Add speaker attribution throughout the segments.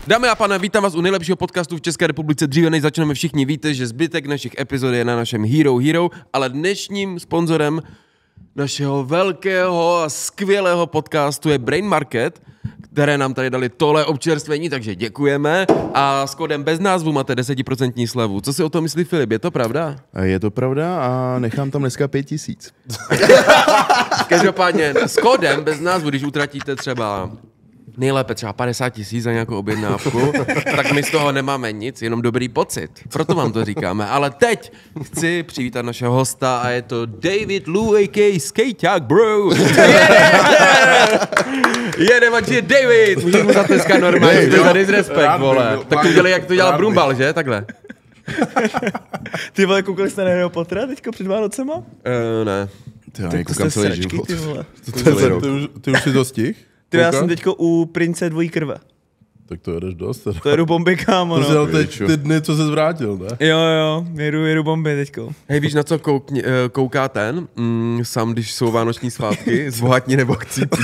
Speaker 1: Dámy a pánové, vítám vás u nejlepšího podcastu v České republice. Dříve než začneme, všichni víte, že zbytek našich epizod je na našem Hero, ale dnešním sponzorem našeho velkého a skvělého podcastu je Brain Market, které nám tady dali tohle občerstvení, takže děkujeme. A s kódem bez názvu máte 10% slevu. Co si o tom myslí Filip, je to pravda?
Speaker 2: Je to pravda a nechám tam dneska 5000.
Speaker 1: Každopádně s kódem bez názvu, když utratíte třeba nejlépe třeba 50 000 za nějakou objednávku, tak my z toho nemáme nic, jenom dobrý pocit. Proto vám to říkáme. Ale teď chci přivítat našeho hosta a je to David Lou a.k.a. Skejťák, bro. Jedem, ať je David. Můžeš mu zatleskat normálně, to je za disrespekt, vole. Tak to udělej, jak to dělal Brumbal, že? Takhle.
Speaker 3: Ty vole, koukali jste na jeho potra teďko před Vánocema?
Speaker 1: Ne.
Speaker 2: Ty koukám celý život.
Speaker 3: Ty vole.
Speaker 4: Ty už si to stih?
Speaker 3: Ty, já jsem teďko u Prince dvojí krve.
Speaker 4: Tak to jedeš dost. Teda.
Speaker 3: To jedu bomby, kámo,
Speaker 4: To jsi
Speaker 3: no.
Speaker 4: jel teď ty dny, co se zvrátil, ne?
Speaker 3: Jo, jedu bomby teďko.
Speaker 1: Hej, víš, na co kouká ten? Sám, když jsou vánoční svátky, zbohatní nebo chcípí.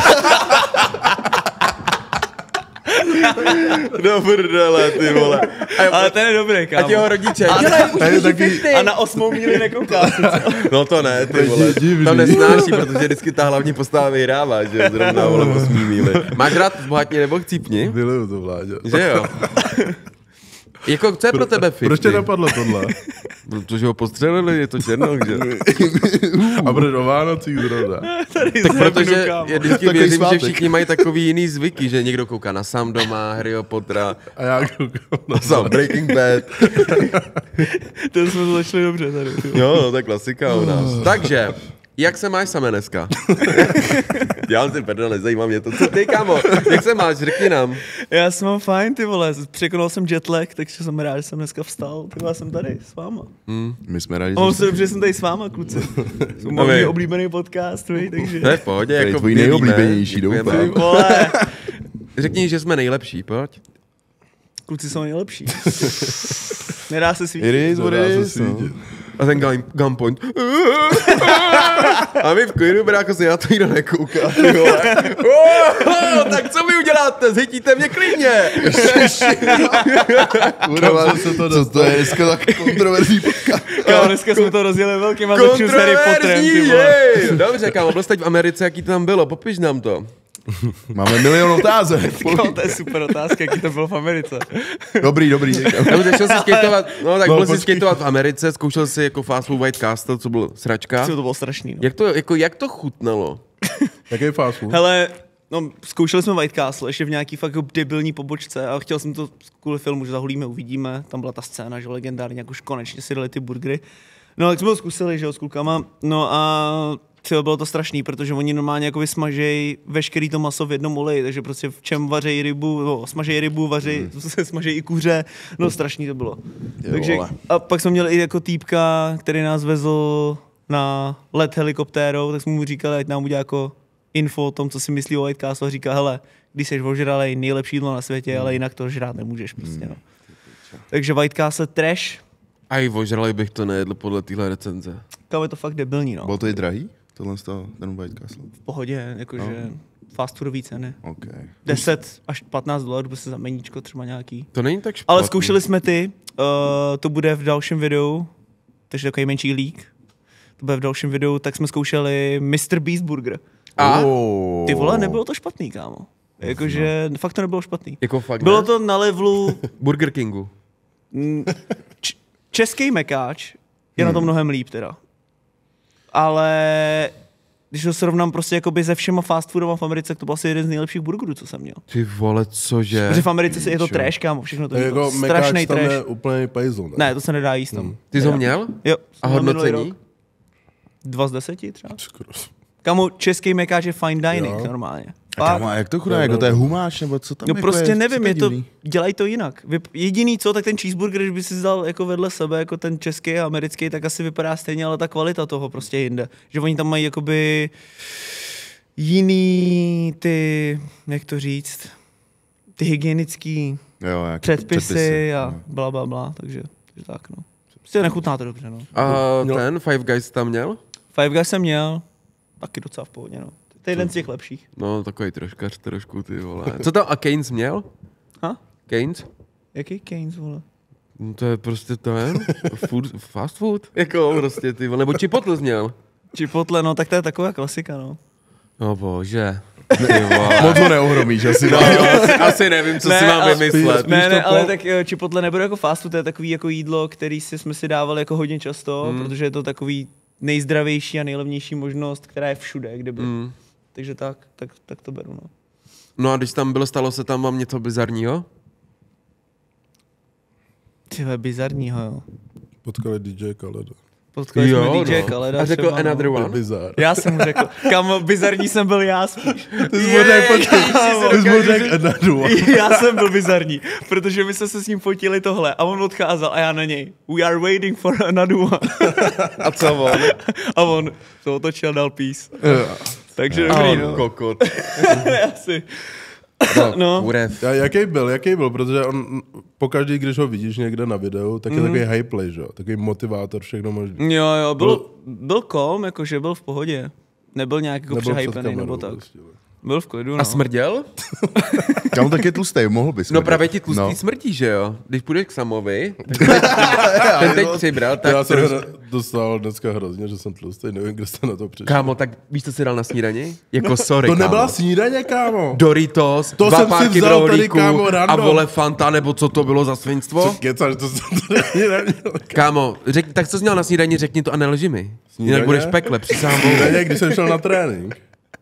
Speaker 1: Do prdele, ty vole.
Speaker 3: Ale ten je dobrý, kámo.
Speaker 1: A jeho rodiče.
Speaker 3: A na 8 míli nekouká.
Speaker 1: No to ne, ty vole. To nesnáší, protože vždycky ta hlavní postava vyhrává, že zrovna vole 8 míli. Máš rád zbohatní nebo chcípni?
Speaker 4: Miluju to, Vláďo.
Speaker 1: Že jo? Jako, co je pro tebe 50?
Speaker 4: Proč tě napadlo tohle?
Speaker 1: Protože ho postřelili, je to černok, že?
Speaker 4: A bude do Vánocích zrovna.
Speaker 1: Tak protože já vždycky
Speaker 4: Takový
Speaker 1: věřím, že
Speaker 4: svátek.
Speaker 1: všichni mají takový jiný zvyky, že někdo kouká na Sám doma, Harryho Pottera,
Speaker 4: A já koukám na
Speaker 1: Sám Breaking Bad.
Speaker 3: To jsme to začali dobře tady.
Speaker 1: Jo, to je klasika u nás. Takže, jak se máš samé dneska? Já si prdele, nezajímá mě to. Co ty, kámo? Jak se máš? Řekni nám.
Speaker 3: Já jsem mám fajn, ty vole. Překonal jsem jetlag, takže jsem rád, že jsem dneska vstal. Ty vole, jsem tady s váma.
Speaker 2: My jsme rádi,
Speaker 3: Mám se dobře, že jsem tady s váma, kluci. Jsou můj oblíbený podcast, takže...
Speaker 1: To je v pohodě.
Speaker 2: To je
Speaker 1: Jako
Speaker 2: tvůj
Speaker 1: my víme.
Speaker 2: nejoblíbenější,
Speaker 1: Děkujeme.
Speaker 2: doufám.
Speaker 3: Vole,
Speaker 1: Řekni, že jsme nejlepší, pojď.
Speaker 3: kluci jsou nejlepší. Nedá se svítit.
Speaker 2: It is what
Speaker 4: Dá
Speaker 2: it
Speaker 4: se
Speaker 2: is. no.
Speaker 4: svítit.
Speaker 1: A ten gunpoint. A my v klidu, bráko, se na to nikdo nekouká. Ty vole. Tak co vy uděláte? Zhytíte mě klidně.
Speaker 2: Kurva, co to je dneska tak kontroverzní podcast?
Speaker 3: Kámo, dneska jsme to rozjeli velkým a začnu s Harry Potterem, ty vole.
Speaker 1: jej. Dobře, kámo, byl jsi teď v Americe, jaký to tam bylo? Popiš nám to.
Speaker 2: Máme milion otázek.
Speaker 3: Kámo, to je super otázka, jaký to bylo v Americe.
Speaker 2: Dobrý.
Speaker 1: Dobře, šel jsi skateovat, no tak byl jsi
Speaker 4: počkej.
Speaker 1: skateovat v Americe, zkoušel jsi jako fast food White Castle, co bylo sračka.
Speaker 3: To bylo strašný, no.
Speaker 1: Jak to chutnalo?
Speaker 4: Jaký fast food?
Speaker 3: Hele, no, zkoušeli jsme White Castle ještě v nějaký fakt debilní pobočce a chtěl jsem to kvůli filmu, že zahulíme, uvidíme. Tam byla ta scéna, že legendárně, jak už konečně si dali ty burgery. No, tak jsme to zkusili, že jo, s klukama. No a bylo to strašný, protože oni normálně jako smažejí veškerý to maso v jednom oleji, takže prostě v čem vařejí rybu, no, smažejí rybu, smažejí i kuře, no strašný to bylo. Takže, a pak jsme měli i jako týpka, který nás vezl na let helikoptérou, tak jsme mu říkali, ať nám udělá jako info o tom, co si myslí o White Castle, a říká, hele, když jsi ožralej, nejlepší jídlo na světě, ale jinak to žrát nemůžeš prostě, no. Takže White Castle trash,
Speaker 1: A i ožralej bych to nejedl podle téhle recenze.
Speaker 3: kámo, je to fakt debilní, no.
Speaker 2: Bylo to i drahý? Tohle z toho, ten White Castle?
Speaker 3: V pohodě, jakože fast foodový ceny.
Speaker 2: OK.
Speaker 3: 10 až 15 dolarů prostě za meníčko třeba nějaký.
Speaker 1: To není tak špatný.
Speaker 3: Ale zkoušeli jsme to bude v dalším videu, takže takový menší leak. To bude v dalším videu, tak jsme zkoušeli Mr. Beast Burger.
Speaker 1: A?
Speaker 3: Ty vole, nebylo to špatný, kámo. Jakože fakt to nebylo špatný.
Speaker 1: Jako fakt
Speaker 3: Bylo
Speaker 1: ne?
Speaker 3: to na levelu
Speaker 1: Burger Kingu.
Speaker 3: český mekáč, je na to mnohem líp teda. Ale když to srovnám prostě jakoby se všema fast foodama v Americe, tak to byl asi jeden z nejlepších burgerů, co jsem měl.
Speaker 1: Ty vole, cože?
Speaker 3: Protože v Americe je to trash, kámo, všechno to je
Speaker 4: Jako
Speaker 3: strašný
Speaker 4: mekáč tam
Speaker 3: trash.
Speaker 4: je úplně pejzl, ne?
Speaker 3: Ne, to se nedá jíst tam.
Speaker 1: Ty jsi ho měl?
Speaker 3: Jo.
Speaker 1: A
Speaker 3: jsem měl minulý
Speaker 1: hodnocení?
Speaker 3: rok. 2 z 10 třeba.
Speaker 4: Skoro.
Speaker 3: Kámo, český mekáč je fine dining
Speaker 4: Jo.
Speaker 3: normálně.
Speaker 2: A kámo, a jak to chudá, jako to je humáč, nebo co tam
Speaker 3: No
Speaker 2: jako
Speaker 3: prostě
Speaker 2: je?
Speaker 3: nevím,
Speaker 2: Co
Speaker 3: je to,
Speaker 2: divný?
Speaker 3: dělají to jinak. Jediný co, tak ten cheeseburger, když by si dal jako vedle sebe, jako ten český a americký, tak asi vypadá stejně, ale ta kvalita toho prostě je jinde. Že oni tam mají jakoby jiný ty, jak to říct, ty hygienický
Speaker 2: Jo, jak
Speaker 3: předpisy a
Speaker 2: no.
Speaker 3: bla, bla, bla, takže tak, no. Prostě nechutná to dobře, no.
Speaker 1: A ten Five Guys tam měl?
Speaker 3: Five Guys jsem měl, taky docela v pohodě, no. To je jeden z těch lepších.
Speaker 1: No, takový trošku, ty vole. Co tam a Keynes měl?
Speaker 3: Ha?
Speaker 1: Keynes?
Speaker 3: Jaký Keynes, vole?
Speaker 1: No to je prostě fast food. Jako prostě ty vole, nebo Chipotle měl.
Speaker 3: Chipotle, no tak to je taková klasika, no.
Speaker 1: No bože.
Speaker 2: Moc ho neohromíš, asi.
Speaker 1: Asi nevím, co si mám vymyslet.
Speaker 3: Ne, ale tak Chipotle nebude jako fast food, to je takový jako jídlo, který jsme si dávali jako hodně často, protože je to takový nejzdravější a nejlevnější možnost, která je všude, kdyby. Takže tak to beru, no.
Speaker 1: No a když tam bylo, stalo se tam vám něco bizarního?
Speaker 3: Tyhle bizarního, jo.
Speaker 4: Potkali DJ Khaleda.
Speaker 3: Potkali jsme DJ Khaleda.
Speaker 1: A řekl
Speaker 3: třeba,
Speaker 1: another
Speaker 3: no.
Speaker 1: one.
Speaker 4: Bizar.
Speaker 3: Já jsem mu řekl, kam bizarní jsem byl já spíš.
Speaker 4: Ty jsi mu řekl another one.
Speaker 3: Já jsem byl bizarní, protože my jsme se s ním fotili tohle a on odcházel a já na něj. We are waiting for another one.
Speaker 1: A co on?
Speaker 3: A on to otočil, dal peace. Takže dobrý, no.
Speaker 1: Kokot.
Speaker 3: Asi.
Speaker 1: No. Kurev.
Speaker 4: Jaký byl, protože on pokaždý, když ho vidíš někde na videu, tak je takový hype, že jo, takový motivátor, všechno možný.
Speaker 3: Jo, byl calm, jakože byl v pohodě. Nebyl nějak jako přehypený nebo tak. Byl v klidu, no.
Speaker 1: A smrděl?
Speaker 2: Kam tak je tlustej, mohl bys.
Speaker 1: No právě ti tlustý smrdí, že jo? Když půjdeš k Samovi, ten teď přibral, tak...
Speaker 4: Já jsem dostal dneska hrozně, že jsem tlustej, nevím, kde jste na to přišel.
Speaker 1: Kámo, tak víš, co jsi dal na snídani? Jako sorry,
Speaker 4: To
Speaker 1: kámo.
Speaker 4: nebyla snídaně, kámo.
Speaker 1: Doritos,
Speaker 4: To
Speaker 1: 2
Speaker 4: jsem si
Speaker 1: párky
Speaker 4: vzal tady,
Speaker 1: rohlíků
Speaker 4: kámo,
Speaker 1: a
Speaker 4: random.
Speaker 1: vole Fanta, nebo co to bylo za svinstvo?
Speaker 4: Kecaš, to jsem tady neměl.
Speaker 1: Kámo, tak co jsi měl na snídani, řekni to a nelži mi. Jinak budeš v pekle, přísahám Bohu.
Speaker 4: Snídaně, když jsem šel na trénink.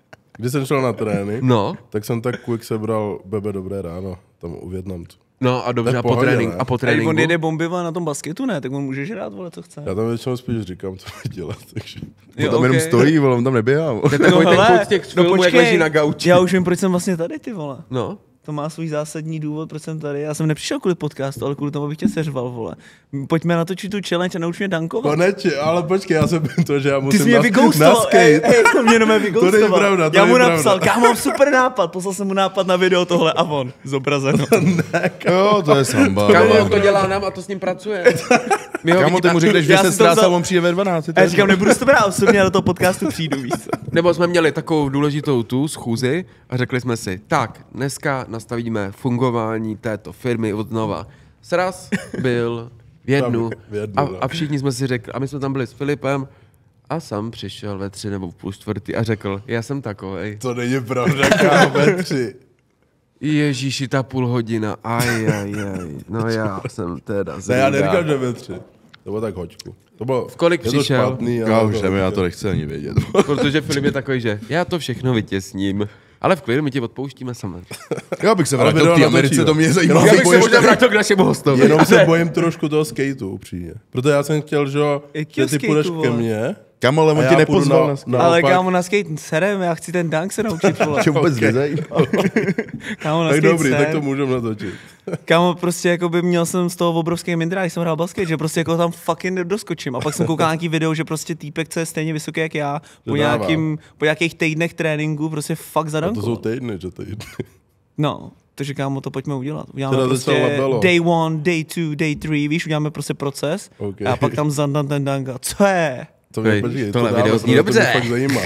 Speaker 1: No.
Speaker 4: Tak jsem tak quick sebral Bebe dobré ráno, tam u Vietnamců.
Speaker 1: No a dobře,
Speaker 4: Tak
Speaker 1: a po,
Speaker 4: pohodě,
Speaker 1: trénink,
Speaker 4: ne?
Speaker 1: a po
Speaker 3: A
Speaker 1: tréninku?
Speaker 3: on jede bombiva na tom basketu, ne? Tak on může žrát, vole, co chce.
Speaker 4: Já tam většinou spíš říkám, co dělat, takže...
Speaker 3: Jo,
Speaker 2: Tam jenom stojí, vole, on tam neběhá.
Speaker 1: To je takový ten
Speaker 3: hele,
Speaker 1: kult z těch filmů, jak leží na gauči.
Speaker 3: já už vím, proč jsem vlastně tady, ty vole.
Speaker 1: No.
Speaker 3: To má svůj zásadní důvod, proč jsem tady. Já jsem nepřišel kvůli podcastu, ale kvůli tomu, abych tě seřval, vole. Pojďme natočit tu challenge a nauč mě dankovat.
Speaker 4: Konečně, ale počkej, já jsem to, že já
Speaker 3: Ty
Speaker 4: musím
Speaker 3: jsi mě
Speaker 4: na
Speaker 3: vygoustoval,
Speaker 4: skate.
Speaker 3: to mě jenom vygoustoval.
Speaker 4: To není pravda, to
Speaker 3: já
Speaker 4: není
Speaker 3: mu
Speaker 4: pravda.
Speaker 3: napsal, kámo, mám super nápad, poslal jsem mu nápad na video tohle a on, zobrazeno.
Speaker 2: Jo, to je samba.
Speaker 1: Kámo, on to dělá nám a to s ním pracuje. My ho
Speaker 2: Kámo, ty mu řekneš, že
Speaker 3: Já
Speaker 2: se
Speaker 3: si to
Speaker 2: ztrácel,
Speaker 3: vzal-
Speaker 2: on přijde ve 12.
Speaker 3: A já říkám, nebudu si to brát osobně, do toho podcastu přijdu, víš co.
Speaker 1: Nebo jsme měli takovou důležitou tu schůzi a řekli jsme si, tak, dneska nastavíme fungování této firmy od znova. Sraz byl v jednu a všichni jsme si řekli, a my jsme tam byli s Filipem a Sam přišel ve 3 nebo v 3:30 a řekl, já jsem takovej.
Speaker 4: To není pravda, kámo, ve 3.
Speaker 1: Ježíši, ta půl hodina, ajajaj, no já jsem teda
Speaker 4: Ne, já neříkám,
Speaker 1: zrůdá.
Speaker 4: že ve 3. To bylo tak hoďku. To bylo,
Speaker 1: V kolik
Speaker 4: je to
Speaker 1: přišel?
Speaker 4: špatný,
Speaker 2: Já
Speaker 4: ale
Speaker 2: už nevím, já to nechci ani vědět.
Speaker 1: Protože Filip je takový, že já to všechno vytěsním. Ale v klidu, my ti odpouštíme samozřejmě.
Speaker 2: Já bych se
Speaker 4: Ale
Speaker 2: vrátil
Speaker 4: video
Speaker 2: k té
Speaker 4: natočíme.
Speaker 2: Americe, to mě
Speaker 4: Jenom
Speaker 2: zajímá.
Speaker 1: Já
Speaker 4: se
Speaker 1: bych se
Speaker 4: bojím,
Speaker 1: možná vrátil k našemu hostovi.
Speaker 4: Jenom se bojím trošku toho skateu, upřímně. Protože já jsem chtěl, že jo,
Speaker 3: Jakýho
Speaker 4: že ty
Speaker 3: skateu,
Speaker 4: půjdeš ke
Speaker 3: vole?
Speaker 4: mně.
Speaker 2: Kámo, ale
Speaker 4: a
Speaker 2: on
Speaker 4: já
Speaker 2: ti
Speaker 4: půjdu
Speaker 2: nepozval na
Speaker 3: Ale
Speaker 4: naopak.
Speaker 3: kámo, na skate serem, já chci ten dunk se naučit, vole.
Speaker 2: Tě vůbec nezajímá.
Speaker 3: Kámo, na
Speaker 4: Tak
Speaker 3: skate
Speaker 4: dobrý,
Speaker 3: ser.
Speaker 4: tak to můžeme natočit.
Speaker 3: Kámo, prostě jako by měl jsem z toho obrovský mindra, když jsem hrál basket, že prostě jako tam fucking doskočím. A pak jsem koukal nějaký video, že prostě týpek, co je stejně vysoký jak já,
Speaker 4: Dodává.
Speaker 3: po nějakých týdnech tréninku prostě fakt
Speaker 4: A to
Speaker 3: zadankoval.
Speaker 4: jsou týdny, že týdny.
Speaker 3: No, takže kámo, to pojďme udělat. Uděláme
Speaker 4: Teda
Speaker 3: prostě
Speaker 4: začal labelo.
Speaker 3: day 1, day 2, day 3, víš, uděláme prostě proces
Speaker 4: Okay.
Speaker 3: a pak tam zandám ten dunk a co je?
Speaker 4: To mě
Speaker 1: Hej,
Speaker 4: počkej,
Speaker 1: tohle
Speaker 4: to dáme,
Speaker 1: video zní
Speaker 4: protože to mě
Speaker 1: dobře.
Speaker 4: fakt zajímá.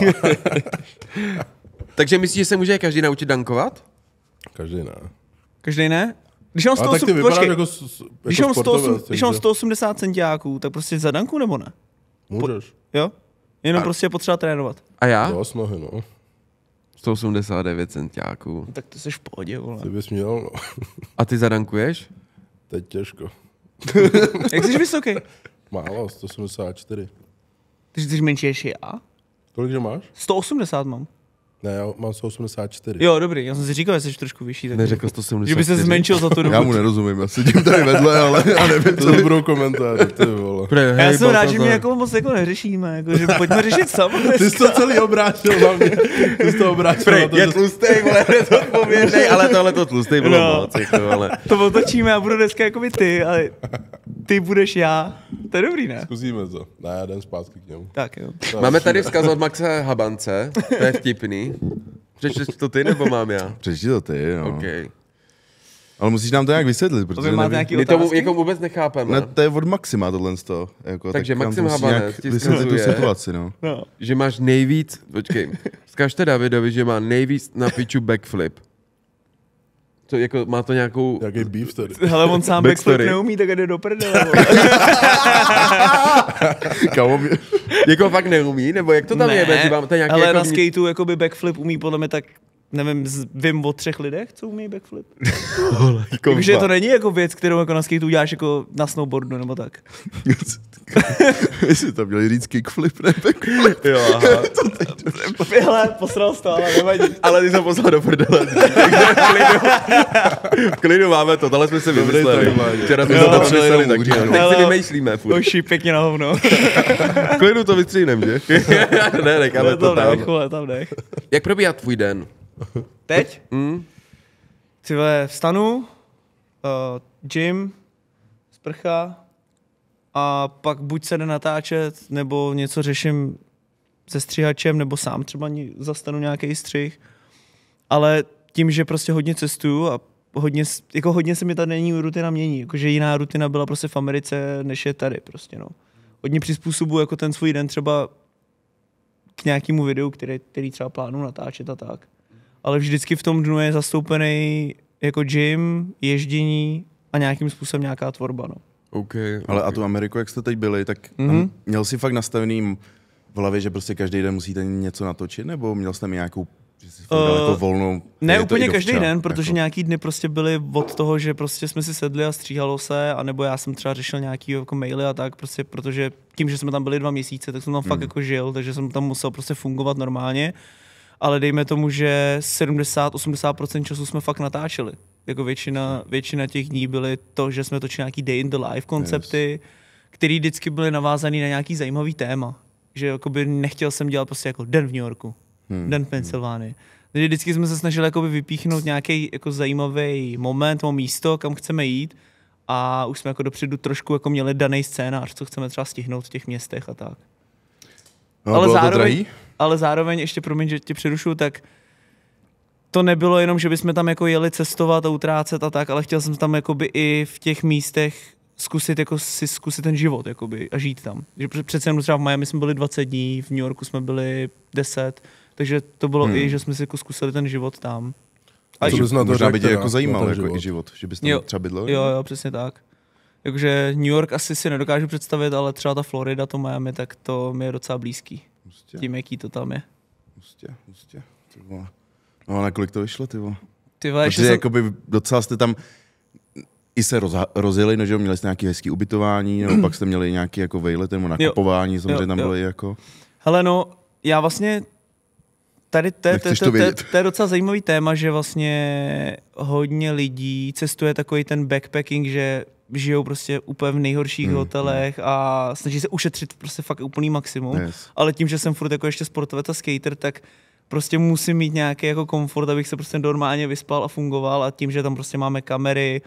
Speaker 1: Takže myslíš, že se může každý naučit dankovat?
Speaker 4: Každý ne.
Speaker 3: Každý ne? Když mám
Speaker 4: Ale tak ty vypadáš jako,
Speaker 3: když
Speaker 4: jako
Speaker 3: mám
Speaker 4: sportovec,
Speaker 3: 180 centiáků, tak prostě za danku nebo ne?
Speaker 4: Můžeš.
Speaker 3: Jo? Jenom prostě je potřeba trénovat.
Speaker 1: A já?
Speaker 4: Dost nohy, no.
Speaker 1: 189 centiáků.
Speaker 3: Tak to jsi v pohodě, vole.
Speaker 4: Ty bys měl, no.
Speaker 1: A ty zadankuješ?
Speaker 4: Teď těžko.
Speaker 3: Jak jsi vysoký?
Speaker 4: Málo, 174.
Speaker 3: Ty jsi menší než já?
Speaker 4: Kolik, že máš?
Speaker 3: 180 mám.
Speaker 4: Ne, já mám 184.
Speaker 3: Jo, dobrý, já jsem si říkal, že jsi trošku vyšší. Tak
Speaker 1: Neřekl 174.
Speaker 3: že by se zmenšil za tu dobu.
Speaker 2: Já mu nerozumím, já sedím tady vedle, ale já nevím,
Speaker 4: To
Speaker 2: co
Speaker 4: budou komentáře, ty vole.
Speaker 3: Já jsem rád, že mě jako moc jako neřešíme, jako, že pojďme řešit sám.
Speaker 4: Ty jsi to celý obrátil na mě. Ty jsi to obrátil na to,
Speaker 1: Je
Speaker 4: že...
Speaker 1: tlustej, vole, je to odpovědnej, ale tohle to tlustej bylo
Speaker 3: No.
Speaker 1: moc, jako, ale...
Speaker 3: To otočíme, já budu dneska jako by ty, ale ty budeš já. To je dobrý, ne?
Speaker 4: Zkusíme to. Ne, já jdem zpátky k němu.
Speaker 3: Tak jo.
Speaker 1: Máme tady vzkaz od Maxe Habance, to je vtipný. Přečteš to ty, nebo mám já?
Speaker 2: Přečti to ty, no.
Speaker 1: OK.
Speaker 2: Ale musíš nám to nějak vysvětlit, protože
Speaker 3: Vy máte
Speaker 2: nevím.
Speaker 3: nějaký
Speaker 1: My tomu
Speaker 3: otázky?
Speaker 1: jako vůbec nechápeme,
Speaker 2: Ne, to je od Maxima tohle z toho. Jako,
Speaker 1: Takže
Speaker 2: tak nám
Speaker 1: Maxim
Speaker 2: to musí
Speaker 1: Habanec
Speaker 2: nějak
Speaker 1: ti
Speaker 2: vysvětlit tu
Speaker 1: vzkazuje.
Speaker 2: situaci, no.
Speaker 3: No.
Speaker 1: že máš nejvíc, počkej, vzkažte Davidovi, že má nejvíc na piču backflip. To jako, má to nějakou...
Speaker 4: Jaký beef tady.
Speaker 3: Hele, on sám
Speaker 1: Backstory.
Speaker 3: backflip neumí, tak jde do prdele.
Speaker 2: Kámo, mě...
Speaker 1: Jako fakt neumí? Nebo jak to tam je? Mezi vám, to je nějaký
Speaker 3: ale
Speaker 1: jako
Speaker 3: na skateu jakoby backflip umí podle mě tak, nevím, vím o 3 lidech, co umí backflip. Takže to není jako věc, kterou jako na skateu uděláš jako na snowboardu nebo tak.
Speaker 2: My si to měli říct kickflip, ne backflip.
Speaker 1: Jo, aha.
Speaker 3: Hele, posral to, ale nevadí.
Speaker 1: Ale ty jsem poslal do prdele. V klidu máme to, tohle jsme si vymysleli. Včera jsme
Speaker 3: Jo,
Speaker 1: to tam
Speaker 2: třeba
Speaker 1: vymysleli
Speaker 2: jenom
Speaker 1: taky.
Speaker 2: můžeme.
Speaker 1: Teď si
Speaker 3: Hele.
Speaker 1: vymýšlíme furt.
Speaker 3: Oši, pěkně na hovno.
Speaker 1: V klidu to vystříhnem, že? Ne, necháme to tam.
Speaker 3: Tam nech.
Speaker 1: Jak probíhá tvůj den?
Speaker 3: Teď? Ty vole, vstanu, gym, sprcha a pak buď se jde natáčet, nebo něco řeším se střihačem, nebo sám třeba zastanu nějaký střih. Ale tím, že prostě hodně cestuju a hodně se mi ta denní rutina mění, jakože jiná rutina byla prostě v Americe, než je tady prostě, no. Hodně přizpůsobuji jako ten svůj den třeba k nějakému videu, který třeba plánuju natáčet a tak. Ale vždycky v tom dnu je zastoupený jako gym, ježdění a nějakým způsobem nějaká tvorba, no.
Speaker 1: Okay.
Speaker 2: Ale a tu Ameriku, jak jste teď byli, tak měl jsi fakt nastavený v hlavě, že prostě každý den musíte něco natočit, nebo měl jsi tam nějakou, že jsi fakt dal jako volnou?
Speaker 3: Ne
Speaker 2: je to
Speaker 3: úplně
Speaker 2: i do
Speaker 3: každý
Speaker 2: včera,
Speaker 3: den, protože
Speaker 2: jako.
Speaker 3: nějaký dny prostě byly od toho, že prostě jsme si sedli a stříhalo se, anebo já jsem třeba řešil nějaký jako maily a tak, prostě protože tím, že jsme tam byli 2 měsíce, tak jsem tam fakt jako žil, takže jsem tam musel prostě fungovat normálně. Ale dejme tomu, že 70-80% času jsme fakt natáčeli. Jako většina těch dní byly to, že jsme točili nějaký day in the life koncepty, které vždycky byly navázané na nějaký zajímavý téma. Že jakoby nechtěl jsem dělat prostě jako den v New Yorku, den v Pensylvánii. Takže vždycky jsme se snažili jakoby vypíchnout nějaký jako zajímavý moment, místo, kam chceme jít. A už jsme jako dopředu trošku jako měli daný scénář, co chceme třeba stihnout v těch městech a tak.
Speaker 2: No,
Speaker 3: Ale zároveň, ještě promiň, že tě přerušu, tak to nebylo jenom, že bychom tam jako jeli cestovat a utrácet a tak, ale chtěl jsem tam jakoby i v těch místech zkusit ten život jakoby, a žít tam. Že přece jenom třeba v Miami jsme byli 20 dní, v New Yorku jsme byli 10, takže to bylo i, že jsme si jako zkusili ten život tam.
Speaker 4: A co bys na to
Speaker 2: možná by tě
Speaker 4: řekl,
Speaker 2: jako zajímal
Speaker 4: na ten
Speaker 2: jako i život, že bys tam
Speaker 3: Jo.
Speaker 2: třeba bydlel?
Speaker 3: Jo, přesně tak. Takže New York asi si nedokážu představit, ale třeba ta Florida, to Miami, tak to mi je docela blízký.
Speaker 2: Hustě,
Speaker 3: Tím, jaký to tam je.
Speaker 2: hustě. Ty vole. No a na kolik to vyšlo, ty vole?
Speaker 3: Ty vole,
Speaker 2: Protože jakoby docela jste tam i se rozjeli, no, že měli jste nějaký hezký ubytování, nebo pak jste měli nějaký jako vejlet nebo nakupování, samozřejmě tam bylo i jako...
Speaker 3: Hele, no, já vlastně tady to
Speaker 2: Nechceš to vědět.
Speaker 3: je docela zajímavý téma, že vlastně hodně lidí cestuje takový ten backpacking, že žijou prostě úplně v nejhorších hotelech a snaží se ušetřit prostě fakt úplný maximum.
Speaker 2: Yes.
Speaker 3: Ale tím, že jsem furt jako ještě sportovec a skater, tak prostě musím mít nějaký jako komfort, abych se prostě normálně vyspal a fungoval, a tím, že tam prostě máme kamery,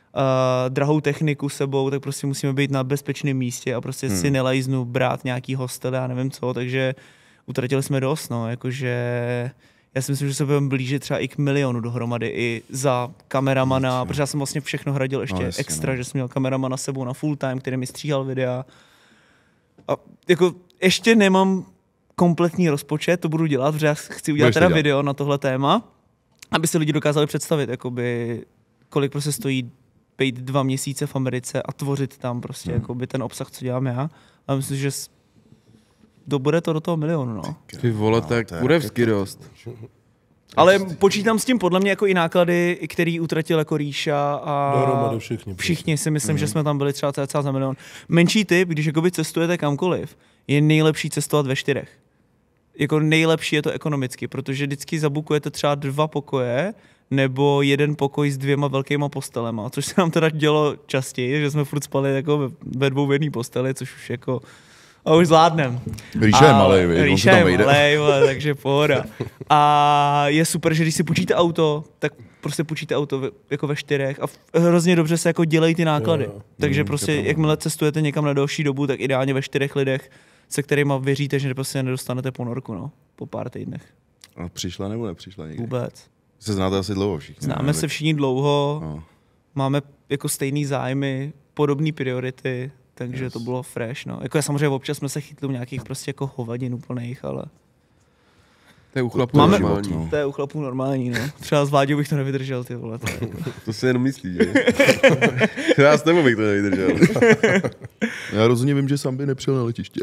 Speaker 3: drahou techniku s sebou, tak prostě musíme být na bezpečném místě a prostě si nelajznu brát nějaký hostel, já nevím co, takže utratili jsme dost, no, jakože já si myslím, že se budeme blížit třeba i k 1 milionu dohromady i za kameramana, protože já jsem vlastně všechno hradil ještě
Speaker 2: jasně,
Speaker 3: extra,
Speaker 2: no.
Speaker 3: že jsem měl kameramana s sebou na full time, který mi stříhal videa. A jako ještě nemám kompletní rozpočet, to budu dělat, protože já chci udělat
Speaker 2: Budeš to
Speaker 3: teda
Speaker 2: dělat.
Speaker 3: video na tohle téma, aby si lidi dokázali představit, jakoby, kolik prostě stojí být 2 měsíce v Americe a tvořit tam prostě jakoby ten obsah, co dělám já. A myslím, že bude to do toho 1 milionu, no.
Speaker 1: Ty vole, tak
Speaker 2: to je
Speaker 1: kurevsky dost.
Speaker 3: Ale počítám s tím podle mě jako i náklady, který utratil jako Ríša a
Speaker 4: Dohromady všichni.
Speaker 3: všichni si myslím, že jsme tam byli třeba cca za 1 milion. Menší tip, když jakoby cestujete kamkoliv, je nejlepší cestovat ve 4. Jako nejlepší je to ekonomicky, protože vždycky zabukujete třeba 2 pokoje nebo 1 pokoj s 2 velkýma postelema, což se nám teda dělo častěji, že jsme furt spali jako ve 2 v jedné posteli, což už jako a už zvládnem.
Speaker 2: Ríša je malej, víš, on se
Speaker 3: Ríša
Speaker 2: tam
Speaker 3: je
Speaker 2: vejde.
Speaker 3: malej, vole, takže pohoda. A je super, že když si půjčíte auto, tak prostě půjčíte auto jako ve 4 a hrozně dobře se jako dělají ty náklady.
Speaker 4: Jo.
Speaker 3: Takže prostě jakmile cestujete někam na delší dobu, tak ideálně ve 4 lidech, se kterýma věříte, že prostě nedostanete ponorku, no, po pár týdnech.
Speaker 2: A přišla nebo nepřišla někdy?
Speaker 3: Vůbec.
Speaker 2: Se znáte asi dlouho všichni.
Speaker 3: Známe
Speaker 2: ne?
Speaker 3: se všichni dlouho,
Speaker 2: No.
Speaker 3: máme jako stejný zájmy, podobné priority, takže to bylo fresh, no. Jako samozřejmě občas jsme se chytli u nějakých prostě jako hovadin úplných, ale
Speaker 1: To je u chlapů
Speaker 3: Máme-
Speaker 1: normální.
Speaker 2: no.
Speaker 3: To je u chlapů normální, no. Třeba s Váďou bych to nevydržel, ty vole.
Speaker 1: To si jenom myslí, že? Já s tebou bych to nevydržel.
Speaker 2: Já rozhodně vím, že sám by nepřijel na letiště.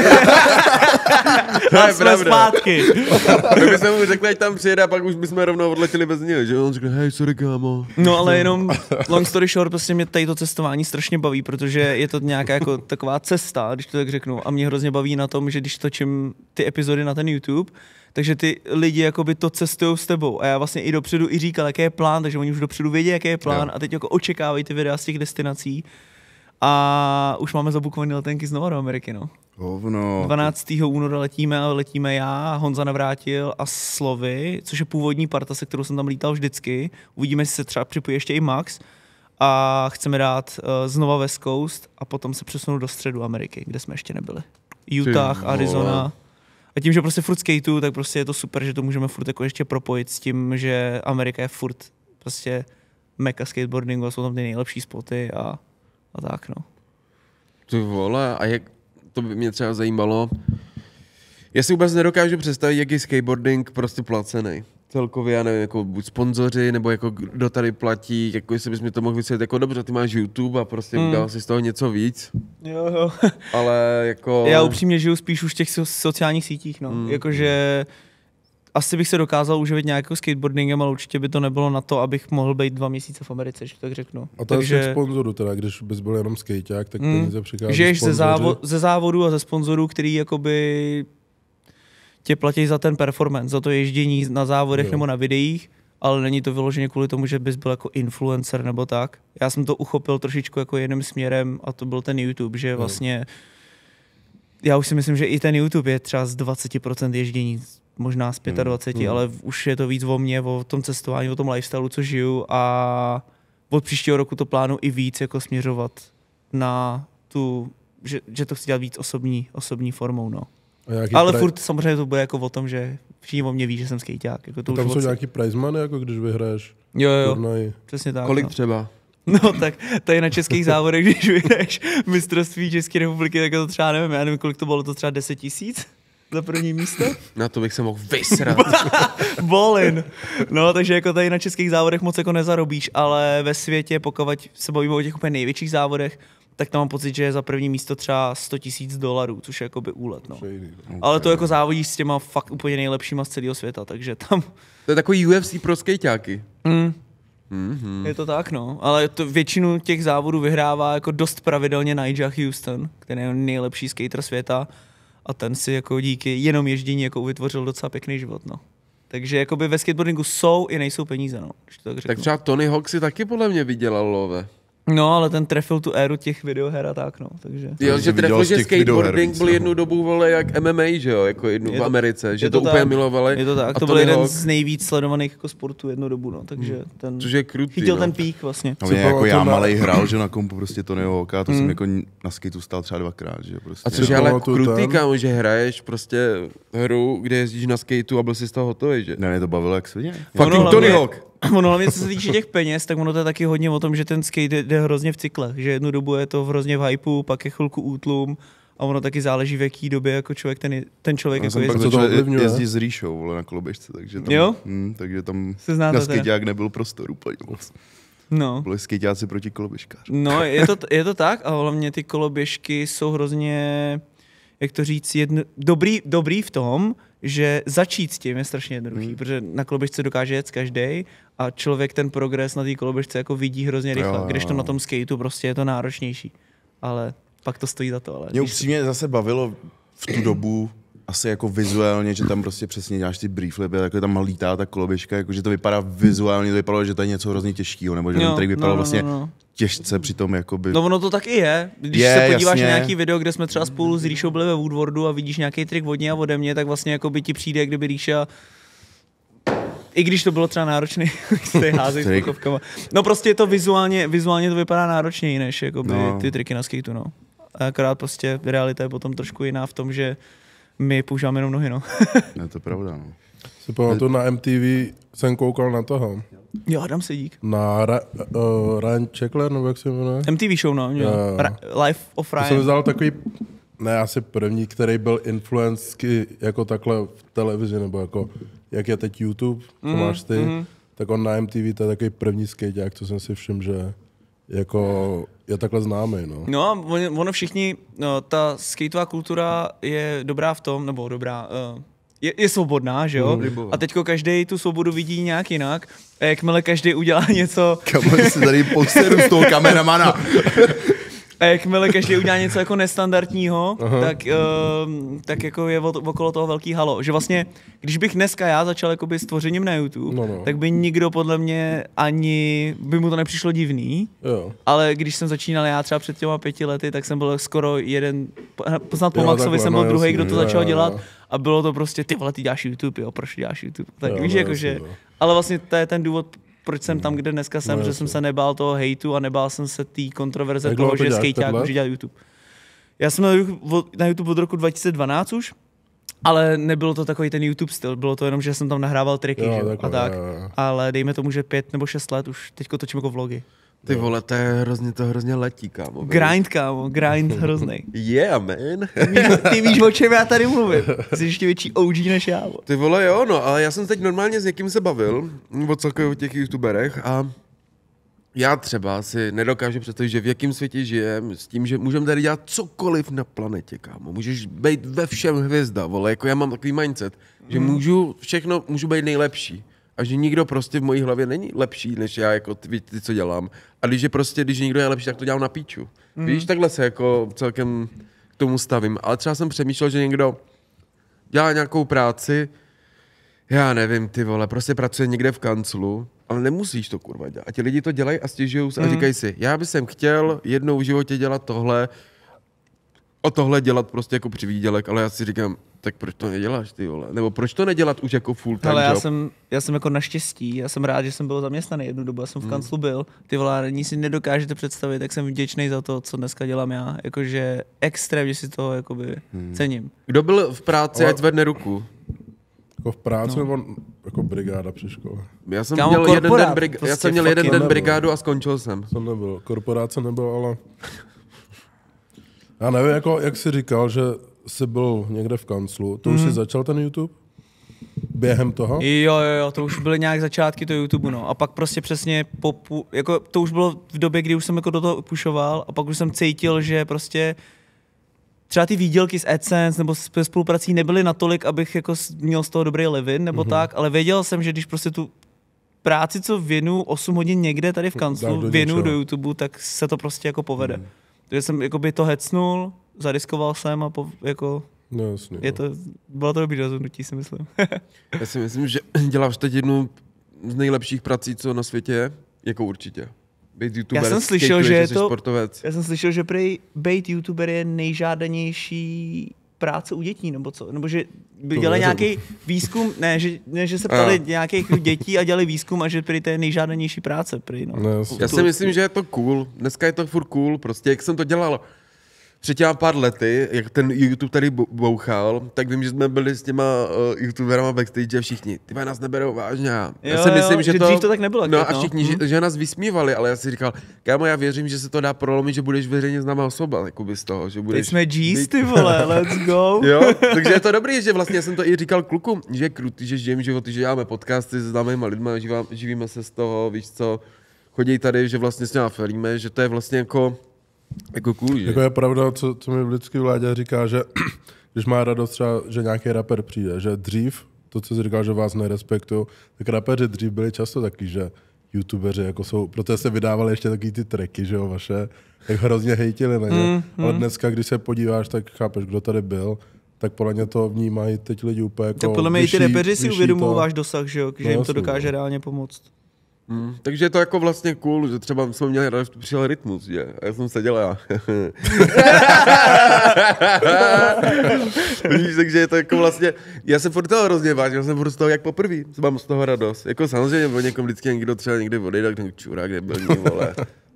Speaker 1: To je
Speaker 3: jsme
Speaker 1: pravda.
Speaker 3: zpátky.
Speaker 1: My bychom mu řekli, ať tam přijede a pak už bychom rovnou odletěli bez něj, že on řekne, hej, sorry kámo.
Speaker 3: No ale jenom long story short, prostě mě tady to cestování strašně baví, protože je to nějaká jako taková cesta, když to tak řeknu. A mě hrozně baví na tom, že když točím ty epizody na ten YouTube, takže ty lidi jakoby to cestujou s tebou. A já vlastně i dopředu i říkal, jaký je plán, takže oni už dopředu vědí, jaký je plán
Speaker 2: Jo.
Speaker 3: a teď jako očekávají ty videa z těch destinací. A už máme zabukované letenky znova do Ameriky, no.
Speaker 2: Hovno.
Speaker 3: 12. února letíme já, Honza Navrátil a Slovy, což je původní parta, se kterou jsem tam lítal vždycky. Uvidíme, jestli se třeba připojí ještě i Max. A chceme dát znova West Coast a potom se přesunout do středu Ameriky, kde jsme ještě nebyli. Utah,
Speaker 1: vole.
Speaker 3: Arizona. A tím, že prostě furt skateu, tak prostě je to super, že to můžeme furt jako ještě propojit s tím, že Amerika je furt prostě meka skateboardingu a jsou tam ty nejlepší spoty a tak, no.
Speaker 1: Ty vole, a jak, to by mě třeba zajímalo, já si vůbec nedokážu představit, jak je skateboarding prostě placený. Celkově, já nevím, jako buď sponzoři, nebo jako kdo tady platí, jako jestli bys mi to mohl vysvětlit, jako dobře, ty máš YouTube a prostě udělal si z toho něco víc,
Speaker 3: Jo.
Speaker 1: ale jako...
Speaker 3: Já upřímně žiju spíš už v těch sociálních sítích, no. Jakože asi bych se dokázal uživit nějakou skateboardingem, ale určitě by to nebylo na to, abych mohl být 2 měsíce v Americe, že tak řeknu.
Speaker 4: A to je z těch sponzorů teda, když bys byl jenom skejťák, tak peníze přichází
Speaker 3: žiješ
Speaker 4: sponzoři.
Speaker 3: ze závodu a ze sponzorů, který jakoby tě platí za ten performance, za to ježdění na závodech nebo na videích, ale není to vyloženě kvůli tomu, že bys byl jako influencer nebo tak. Já jsem to uchopil trošičku jako jiným směrem a to byl ten YouTube, že vlastně já už si myslím, že i ten YouTube je třeba z 20% ježdění, možná z 25%, ale už je to víc o mně, o tom cestování, o tom lifestyleu, co žiju a od příštího roku to plánu i víc jako směřovat na tu, že to chci dělat víc osobní formou, no. Ale furt samozřejmě to bude jako o tom, že všichni o mě ví, že jsem skejťák. Jako to
Speaker 4: tam
Speaker 3: už
Speaker 4: jsou nějaký prize money, jako když vyhraješ
Speaker 3: jo,
Speaker 4: turnaj.
Speaker 3: přesně tak.
Speaker 1: Kolik
Speaker 3: no.
Speaker 1: třeba?
Speaker 3: No tak tady na českých závodech, když vyhraješ mistrovství České republiky, tak je to třeba, nevím, já nevím, kolik to bylo, to třeba 10 000 za první místo.
Speaker 1: Na to bych se mohl vysrat.
Speaker 3: Bolin. No, takže jako tady na českých závodech moc jako nezarobíš, ale ve světě, pokud se bavíme o těch úplně největších závodech, tak tam mám pocit, že je za první místo třeba $100,000, což je jakoby úlet, no. Ale to jako závodíš s těma fakt úplně nejlepšíma z celého světa, takže tam...
Speaker 1: To je takový UFC pro skejťáky.
Speaker 3: Je to tak, no. Ale to většinu těch závodů vyhrává jako dost pravidelně Nigel Houston, který je nejlepší skater světa a ten si jako díky jenom ježdění jako vytvořil docela pěkný život, no. Takže jakoby ve skateboardingu jsou i nejsou peníze, no.
Speaker 1: Tak třeba Tony Hawk si taky podle mě vydělal love.
Speaker 3: No, ale ten trefil tu éru těch videoher a tak, no, takže...
Speaker 1: Jo, že trefil, že skateboarding byl
Speaker 2: no.
Speaker 1: jednu dobu, vole, jak MMA, že jo, jako jednu v Americe, že to
Speaker 3: tak,
Speaker 1: úplně milovali.
Speaker 3: Je to tak,
Speaker 1: a
Speaker 3: to byl
Speaker 1: Tony
Speaker 3: jeden
Speaker 1: Hawk,
Speaker 3: z nejvíc sledovaných jako sportů jednu dobu, no, takže ten...
Speaker 1: což je krutý,
Speaker 3: chytil
Speaker 1: no.
Speaker 3: ten pík vlastně.
Speaker 2: A mě jako
Speaker 4: pamatuju
Speaker 2: já
Speaker 4: na-
Speaker 2: malej hrál, že na kompu prostě to nehoká, to jsem jako na skateu stál třeba 2krát, že jo, prostě.
Speaker 1: A což je ale
Speaker 4: pamatuju
Speaker 1: krutý,
Speaker 4: tam.
Speaker 1: kámo, že hraješ prostě hru, kde jezdíš na skateu a byl jsi z toho hotový, že?
Speaker 2: Ne, mě to bavilo jak svině.
Speaker 1: Fucking
Speaker 3: Ono
Speaker 1: Tony
Speaker 3: hlavně-
Speaker 1: Hawk.
Speaker 3: Ono hlavně, co se týče těch peněz, tak ono to je taky hodně o tom, že ten skate jde hrozně v cyklech, že jednu dobu je to hrozně v hypeu, pak je chvilku útlum a ono taky záleží, v jaký době jako člověk ten člověk
Speaker 2: Já
Speaker 3: jako
Speaker 2: jsem pak
Speaker 3: jezdí.
Speaker 4: co to
Speaker 2: začal
Speaker 4: ovlivňuje?
Speaker 2: jezdit s Ríšou, vole, na koloběžce, takže tam,
Speaker 3: Jo?
Speaker 2: takže tam
Speaker 3: Se znáte
Speaker 2: na
Speaker 3: teda.
Speaker 2: skejťák nebyl prostor úplně moc.
Speaker 3: No.
Speaker 2: Byli skejťáci proti koloběžkářům.
Speaker 3: No, je to tak a hlavně ty koloběžky jsou hrozně, jak to říct, dobrý v tom, že začít s tím je strašně jednoduchý, protože na koloběžce dokáže jet každý a člověk ten progres na té koloběžce jako vidí hrozně rychle,
Speaker 2: Jo.
Speaker 3: když to na tom skateu prostě je to náročnější, ale pak to stojí za to. Ale
Speaker 2: Mě
Speaker 3: víš co?
Speaker 2: upřímně zase bavilo v tu dobu asi jako vizuálně, že tam prostě přesně děláš ty brieflipy, jako tam lítá ta koloběžka, jako že to vypadá vizuálně, to vypadalo, že to je něco hrozně těžkého, nebo že ten trik vypadal vlastně těžce přitom jakoby...
Speaker 3: No ono to tak i je. Když
Speaker 2: Je,
Speaker 3: se podíváš
Speaker 2: jasně.
Speaker 3: na nějaký video, kde jsme třeba spolu s Ríšou byli ve Woodwardu a vidíš nějaký trik od něj a ode mě, tak vlastně jako by ti přijde, kdyby Ríša, i když to bylo třeba náročný, se házej s
Speaker 2: Trik.
Speaker 3: pochovkama. No prostě je to vizuálně to vypadá náročněji než jakoby
Speaker 2: No.
Speaker 3: ty triky na skateu, no. A akorát prostě realita je potom trošku jiná v tom, že my používáme jenom nohy, no.
Speaker 2: Ne, to je pravda, no.
Speaker 4: Si pamatuju, na MTV jsem koukal na toho.
Speaker 3: Jo, Adam Sedík.
Speaker 4: Na Ryan Checkler, nebo jak se jmenuje?
Speaker 3: MTV show, no. Jo.
Speaker 4: Jo.
Speaker 3: Life of
Speaker 4: To jsem
Speaker 3: Ryan.
Speaker 4: vzal takový Ne, asi první, který byl influencky jako takhle v televizi, nebo jako, jak je teď YouTube, to máš ty, tak on na MTV, to je takový první skejťák, co jsem si všiml, že jako je takhle známý, no.
Speaker 3: No a ono všichni, no, ta skateová kultura je dobrá v tom, nebo dobrá, je svobodná, že jo? A teďko každý tu svobodu vidí nějak jinak. A jakmile každý udělá něco...
Speaker 2: Kamo, si tady posteru z toho kameramana.
Speaker 3: A jakmile každý udělá něco jako nestandardního, tak jako je okolo toho velký halo. Že vlastně, když bych dneska já začal jakoby s tvořením na YouTube, tak by nikdo podle mě ani, by mu to nepřišlo divný.
Speaker 4: Jo.
Speaker 3: Ale když jsem začínal já třeba před těma 5 lety, tak jsem byl skoro jeden, snad po Maxovi jsem byl druhý, kdo to začal dělat. A bylo to prostě, ty vole, ty děláš YouTube, jo, proč děláš YouTube? Tak víš, jakože, ale vlastně to je ten důvod, proč jsem tam, kde dneska jsem, že jsem se nebál toho hejtu a nebál jsem se té kontroverze toho, že skejťák může dělat YouTube. Já jsem na YouTube od roku 2012 už, ale nebylo to takový ten YouTube styl, bylo to jenom, že jsem tam nahrával triky, jo, že? A tak. Ale dejme tomu, že 5 nebo 6 let už teďko točím jako vlogy.
Speaker 1: Ty vole, to hrozně letí, kámo.
Speaker 3: Grind hroznej.
Speaker 1: Yeah, man.
Speaker 3: Ty víš, o čem já tady mluvím. Jsi ještě větší OG než já.
Speaker 1: Ty vole, jo, no, ale já jsem teď normálně s někým se bavil, o celkově o těch youtuberech a já třeba si nedokážu představit, že v jakém světě žijem s tím, že můžeme tady dělat cokoliv na planetě, kámo. Můžeš být ve všem hvězda, vole, jako já mám takový mindset, že můžu být nejlepší. A že nikdo prostě v mojí hlavě není lepší, než já, jako ty co dělám. A když někdo je lepší, tak to dělám na píču. Víš, takhle se jako celkem k tomu stavím. Ale třeba jsem přemýšlel, že někdo dělá nějakou práci, já nevím, ty vole, prostě pracuje někde v kanclu, ale nemusíš to kurva dělat. A ti lidi to dělají a stěžují se a říkají si, já bych chtěl jednou v životě dělat tohle, o tohle dělat prostě jako přivýdělek, ale já si říkám, tak proč to neděláš, ty vole? Nebo proč to nedělat už jako full time job?
Speaker 3: Já jsem jako naštěstí, já jsem rád, že jsem byl zaměstnaný jednu dobu, já jsem v kanclu byl. Ty vole, ani si nedokážete představit, tak jsem vděčný za to, co dneska dělám já. Jakože extrémně si to jakoby cením.
Speaker 1: Kdo byl v práci, ať zvedne ruku?
Speaker 4: Jako v práci nebo jako brigáda při škole?
Speaker 1: Já jsem měl jeden den brigádu a skončil jsem.
Speaker 4: Jsem nebyl, korporáce nebyl, ale... Já nevím, jako, jak jsi říkal, že jsi byl někde v kanclu, to už jsi začal ten YouTube? Během toho?
Speaker 3: Jo, to už byly nějak začátky toho YouTube, no. A pak prostě přesně, jako to už bylo v době, kdy už jsem jako do toho pušoval a pak už jsem cítil, že prostě třeba ty výdělky z AdSense nebo s spoluprací nebyly natolik, abych jako měl z toho dobrý living nebo tak, ale věděl jsem, že když prostě tu práci, co věnu 8 hodin někde tady v kanclu, věnu do YouTube, tak se to prostě jako povede. Takže jsem jakoby to hecnul, zariskoval jsem a jako...
Speaker 4: No, jasně,
Speaker 3: bylo to dobrý rozhodnutí, si myslím.
Speaker 1: Já si myslím, že děláš teď jednu z nejlepších prací, co na světě je, jako určitě. Být youtuber,
Speaker 3: já jsem slyšel, že
Speaker 1: sportovec.
Speaker 3: Já jsem slyšel, že prý být youtuber je nejžádanější práce u dětí, nebo co? Nebo že dělali nějaký výzkum, že se ptali nějakých dětí a dělali výzkum a že prý to je nejžádanější práce. Prý, no.
Speaker 1: Já si myslím, že je to cool. Dneska je to furt cool, prostě jak jsem to dělal před těma pár lety, jak ten YouTube tady bouchal, tak vím, že jsme byli s těma youtuberama backstage a všichni, ty nás neberou vážně. Já si myslím, že
Speaker 3: dřív to tak nebylo.
Speaker 1: No a všichni, že nás vysmívali, ale já si říkal, kámo, já věřím, že se to dá prolomit, že budeš veřejně známá osoba, jakoby z toho, že budeš...
Speaker 3: Teď jsme G's, ty vole, let's go.
Speaker 1: Jo, takže je to dobrý, že vlastně jsem to i říkal klukům, že je krutý, že žijeme životy, že děláme podcasty s známýma lidma, živíme se z toho, víš co, chodí tady, že vlastně s náma feríme, že to je vlastně jako cool, že?
Speaker 4: Jako je pravda, co mi vždycky Vláďa říká, že když má radost třeba, že nějaký rapper přijde, že dřív, to, co jsi říkal, že vás nerespektují, tak rapeři dřív byli často taky, že youtubeři jako jsou, protože se vydávali ještě taky ty tracky, že jo, vaše, tak hrozně hejtili na ně. Ale dneska, když se podíváš, tak chápeš, kdo tady byl, tak podle mě to vnímají teď lidi úplně jako
Speaker 3: tak podle mě i ty rapeři si uvědomují váš dosah, že jo, že jim to dokáže reálně pomoct.
Speaker 1: Takže je to jako vlastně cool, že třeba jsme měli rád, přišel Rytmus, že? A já jsem seděl já. Víš, takže je to jako vlastně, já jsem furt toho hrozně vážil, já jsem furt z toho jak poprvý, mám z toho radost. Jako samozřejmě o někom vždycky někdo třeba někdy odejde, tak ten čurák nebyl nikdy, vole.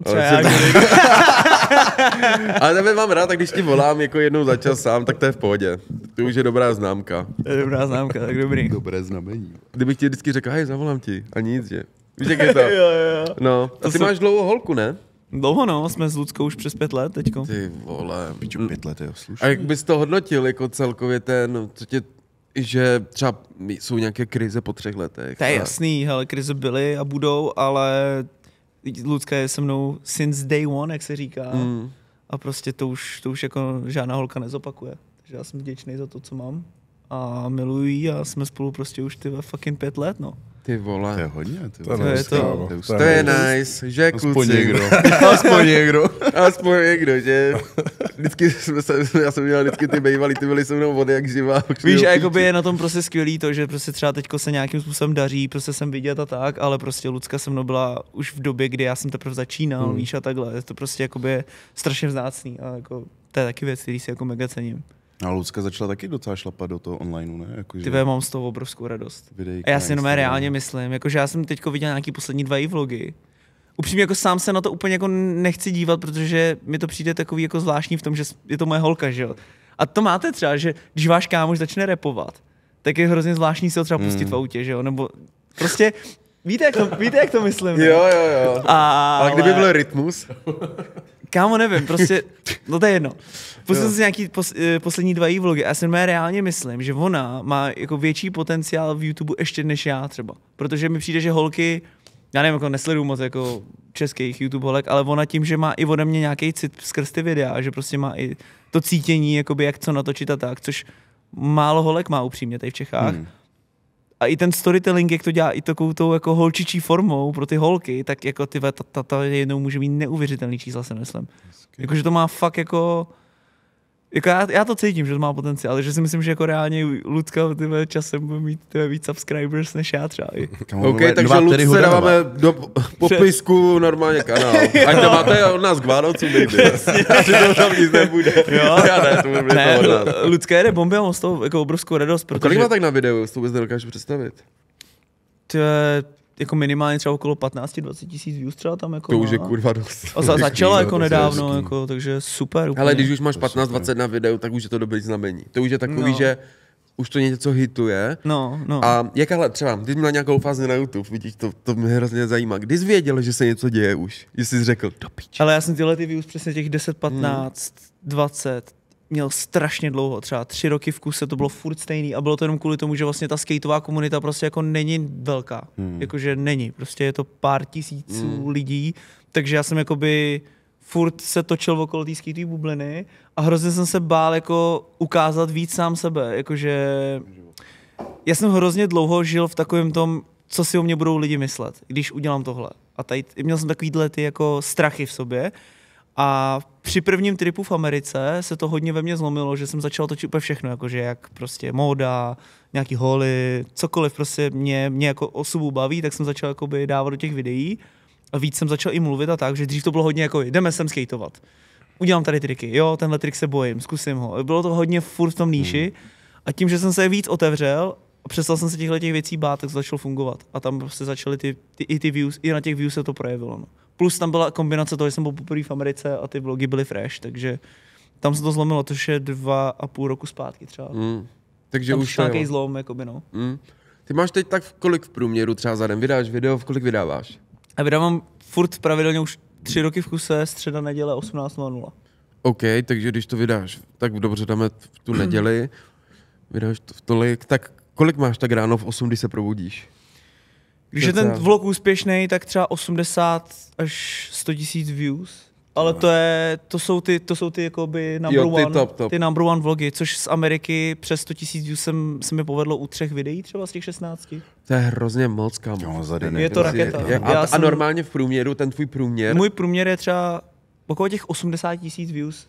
Speaker 1: Ale tebe mám rád, tak když ti volám jako jednou za čas sám, tak to je v pohodě. To už je dobrá známka.
Speaker 3: To je dobrá známka, tak dobrý.
Speaker 2: Dobré znamení.
Speaker 1: Kdybych ti vždycky řekl, hej, zavolám ti, a nic, že? Víš, jak je to?
Speaker 3: Jo.
Speaker 1: No, a ty máš dlouhou holku, ne?
Speaker 3: Dlouho no, jsme s Luckou už přes 5 let teďko.
Speaker 1: Ty vole.
Speaker 2: Piču, 5 let, jo, slušný.
Speaker 1: A jak bys to hodnotil jako celkově co tě, že třeba jsou nějaké krize po 3 letech?
Speaker 3: To je jasný, hele, krize byly a budou, ale Lucka je se mnou since day one, jak se říká. A prostě to už jako žádná holka nezopakuje. Takže já jsem vděčný za to, co mám. A miluji ji a jsme spolu prostě už ty fucking 5 let, no.
Speaker 1: Ty vole.
Speaker 2: To je hodně, ty
Speaker 1: To je nice, že
Speaker 2: Aspoň
Speaker 1: kluci.
Speaker 2: někdo. Aspoň někdo.
Speaker 1: Aspoň někdo, že? Vždycky já jsem měl vždycky ty bejvalý, ty byly se mnou vody jak živá.
Speaker 3: Víš, a jakoby je na tom prostě skvělý to, že prostě třeba teďko se nějakým způsobem daří, prostě jsem vidět a tak, ale prostě Lucka se mnou byla už v době, kdy já jsem teprve začínal, víš, a takhle. Je to prostě jakoby strašně vzácný a jako to je taky věc, který si jako mega cením.
Speaker 2: A Lucka začala taky docela šlapat do toho onlineu, ne?
Speaker 3: Ty mám z toho obrovskou radost. A já si jenom reálně myslím, jakože já jsem teďko viděl nějaký poslední 2 vlogy. Upřímně jako sám se na to úplně jako nechci dívat, protože mi to přijde takový jako zvláštní v tom, že je to moje holka, že jo. A to máte třeba, že když váš kámoš začne rapovat, tak je hrozně zvláštní si ho třeba pustit v autě, že jo, nebo prostě víte, jak to myslím, ne?
Speaker 1: Jo. Ale kdyby byl rytmus?
Speaker 3: Kámo, nevím, prostě, no to je jedno. Pustil jsem si nějaký poslední 2 vlogy a já si reálně myslím, že ona má jako větší potenciál v YouTube ještě než já třeba. Protože mi přijde, že holky, já nevím, jako nesleduju moc jako českých YouTube holek, ale ona tím, že má i ode mě nějaký cit skrz ty videa, že prostě má i to cítění, jakoby jak co natočit a tak, což málo holek má upřímně tady v Čechách. A i ten storytelling, jak to dělá i takovou tou jako holčičí formou pro ty holky, tak jako ty ta jednou může mít neuvěřitelný čísla, si myslím. Jakože to má fakt jako já to cítím, že to má potenciál, ale že si myslím, že jako reálně Lucka časem bude mít víc subscribers než já třeba.
Speaker 1: OK, takže Lucce dáváme do popisku normálně kanál. Ať to máte od nás k Vánocům, baby. Asi to tam nic nebude.
Speaker 3: Jo?
Speaker 1: Já ne, to bude
Speaker 3: ne,
Speaker 1: to od nás.
Speaker 3: Lucka jede bomby a mám z toho jako obrovskou radost, protože...
Speaker 1: Kolik má tak na videu, to vůbec nedokážu představit?
Speaker 3: To je jako minimálně třeba okolo 15-20 tisíc views třeba tam jako.
Speaker 1: To už je kurva dost.
Speaker 3: A začala jako nedávno, jako, takže super. Úplně.
Speaker 1: Ale když už máš 15-20 na videu, tak už je to dobrý znamení. To už je takový, že už to něco hituje.
Speaker 3: No.
Speaker 1: A jakáhle třeba, když měla nějakou fázi na YouTube, vidíš, to mě hrozně zajímá. Kdy jsi věděl, že se něco děje už? Že jsi řekl, do piči.
Speaker 3: Ale já jsem tyhle ty views přesně těch 10, 15, 20 měl strašně dlouho, třeba 3 roky v kuse, to bylo furt stejný a bylo to jenom kvůli tomu, že vlastně ta skateová komunita prostě jako není velká. Jakože není, prostě je to pár tisíců lidí, takže já jsem jakoby furt se točil okolo té skateové bubliny a hrozně jsem se bál jako ukázat víc sám sebe, jakože já jsem hrozně dlouho žil v takovém tom, co si o mě budou lidi myslet, když udělám tohle. A tady měl jsem takovýhle ty jako strachy v sobě. A při prvním tripu v Americe se to hodně ve mně zlomilo, že jsem začal točit úplně všechno, jakože jak prostě móda, nějaký holy, cokoliv prostě mě jako osobu baví, tak jsem začal jakoby dávat do těch videí a víc jsem začal i mluvit a tak, že dřív to bylo hodně jako jdeme sem skateovat, udělám tady triky, jo, tenhle trik se bojím, zkusím ho. Bylo to hodně furt v tom níši a tím, že jsem se víc otevřel a přestal jsem se těchto věcí bát, tak to začalo fungovat a tam prostě začaly ty views, i na těch views se to projevilo. No. Plus tam byla kombinace toho, že jsem byl poprvé v Americe a ty vlogy byly fresh, takže tam se to zlomilo, to je 2,5 roku zpátky třeba.
Speaker 1: Takže
Speaker 3: tam
Speaker 1: už
Speaker 3: nějaký zlom, jakoby no.
Speaker 1: Ty máš teď tak kolik v průměru třeba za den vydáš video, v kolik vydáváš?
Speaker 3: A vydávám furt pravidelně už 3 roky v kuse, středa, neděle 18:00.
Speaker 1: OK, takže když to vydáš, tak dobře dáme v tu neděli, vydáš to v tolik, tak kolik máš tak ráno v 8, když se probudíš?
Speaker 3: Když je ten vlog úspěšný, tak třeba 80 až 100 tisíc views. Ale to jsou ty jakoby ty number one vlogy, což z Ameriky přes 100 tisíc views se mi povedlo u 3 videí třeba z těch 16.
Speaker 1: To je hrozně moc, kámo.
Speaker 3: Je to raketa.
Speaker 1: A normálně v průměru, ten tvůj průměr?
Speaker 3: Můj průměr je třeba okolo těch 80 tisíc views.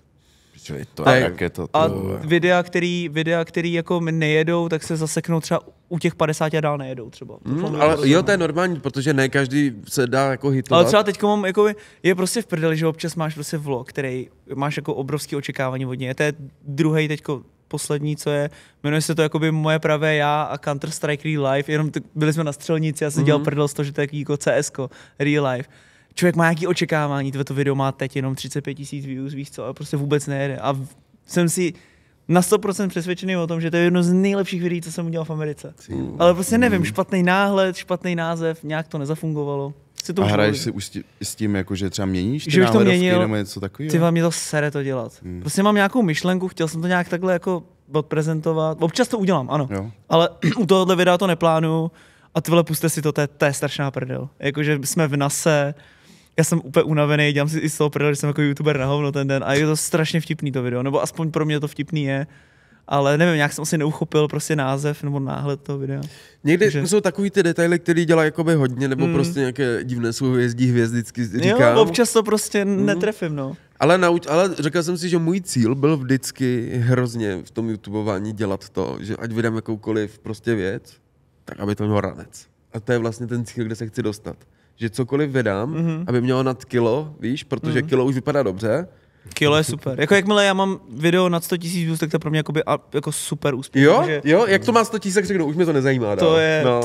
Speaker 2: A
Speaker 3: videa, který jako nejedou, tak se zaseknou třeba u těch 50 a dál nejedou třeba.
Speaker 1: Ale jo, to je normální, protože ne každý se dá jako hitovat.
Speaker 3: Ale třeba teďko mám, jakoby, je prostě v prdeli, že občas máš prostě vlog, který máš jako obrovský očekávání od něj. To je druhý teďko poslední, co je, jmenuje se to jakoby Moje pravé já a Counter-Strike Real Life, jenom byli jsme na střelnici, já jsem dělal prdel z toho, že to je jako CSko Real Life. Člověk má nějaký očekávání, to video má teď jenom 35 tisíc views, víš co, a prostě vůbec nejede. A jsem si na 100% přesvědčený o tom, že to je jedno z nejlepších videí, co jsem udělal v Americe. Ale prostě nevím, špatný náhled, špatný název, nějak to nezafungovalo. Chci to
Speaker 2: a
Speaker 3: už
Speaker 2: hraješ si už s tím, jako, že třeba měníš ty
Speaker 3: že
Speaker 2: náhledovky nebo něco takového?
Speaker 3: Ty vám mě to sere to dělat. Prostě mám nějakou myšlenku, chtěl jsem to nějak takhle jako odprezentovat. Občas to udělám, ano. Jo. Ale u tohohle videa to neplánuju a ty vole, puste si to, to je strašná prdel. Jakože jsme v NASE, já jsem úplně unavený, dělám si i z toho prdel, že jsem jako youtuber na hovno ten den a je to strašně vtipný to video, nebo aspoň pro mě to vtipný je. Ale nevím, nějak jsem asi neuchopil prostě název nebo náhled toho videa.
Speaker 1: Někdy jsou takový ty detaily, který dělají jakoby hodně, nebo prostě nějaké divné souhvězdí hvězdicky říkám.
Speaker 3: Jo, občas to prostě netrefím, no.
Speaker 1: Ale řekl jsem si, že můj cíl byl vždycky hrozně v tom YouTubeování dělat to, že ať vydám jakoukoliv prostě věc, tak aby to mělo ranec. A to je vlastně ten cíl, kde se chci dostat. Že cokoliv vydám, aby mělo nad kilo, víš, protože kilo už vypadá dobře.
Speaker 3: Kilo je super. Jako jakmile já mám video nad 100 000 views, tak to je pro mě jako super úspěch.
Speaker 1: Jo?
Speaker 3: Že
Speaker 1: Jo? Jak to má 100 000, tak řeknu, už mě to nezajímá.
Speaker 3: To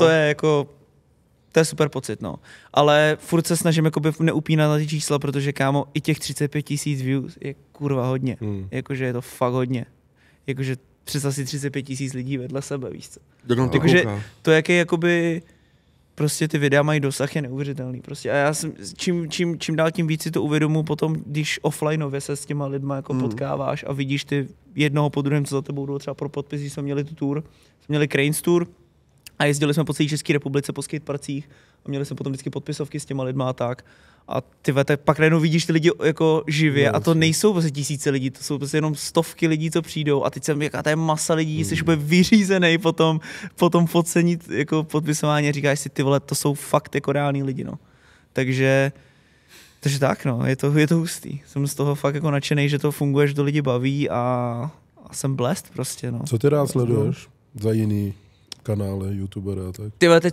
Speaker 3: je super pocit, no. Ale furt se snažím jakoby neupínat na ty čísla, protože kámo, i těch 35 000 views je kurva hodně. Jakože je to fakt hodně. Jakože představ si 35 000 lidí vedle sebe, víš co. Jakože to, jaký jakoby prostě ty videa mají dosah, je neuvěřitelný. Prostě. A já jsem, čím dál tím víc si to uvědomuji potom, když offlineově se s těma lidma jako potkáváš a vidíš ty jednoho po druhém, co za tebou jdou třeba pro podpis, když jsme měli tu tour, jsme měli Cranes Tour a jezdili jsme po celé České republice po skateparcích a měli jsme potom vždycky podpisovky s těma lidma a tak. A ty pak najednou vidíš ty lidi jako živě a to nejsou prostě tisíce lidí, to jsou prostě jenom stovky lidí, co přijdou a teď jsem, jaká to je masa lidí, jsi úplně vyřízený potom focení jako podpisování a říkáš si, ty vole, to jsou fakt jako reální lidi, no. Takže tak, no, je to hustý. Jsem z toho fakt jako nadšenej, že to funguje, že to lidi baví a jsem blessed prostě, no.
Speaker 4: Co ty rád sleduješ za jiný kanály, youtubera a tak?
Speaker 3: Tyhle,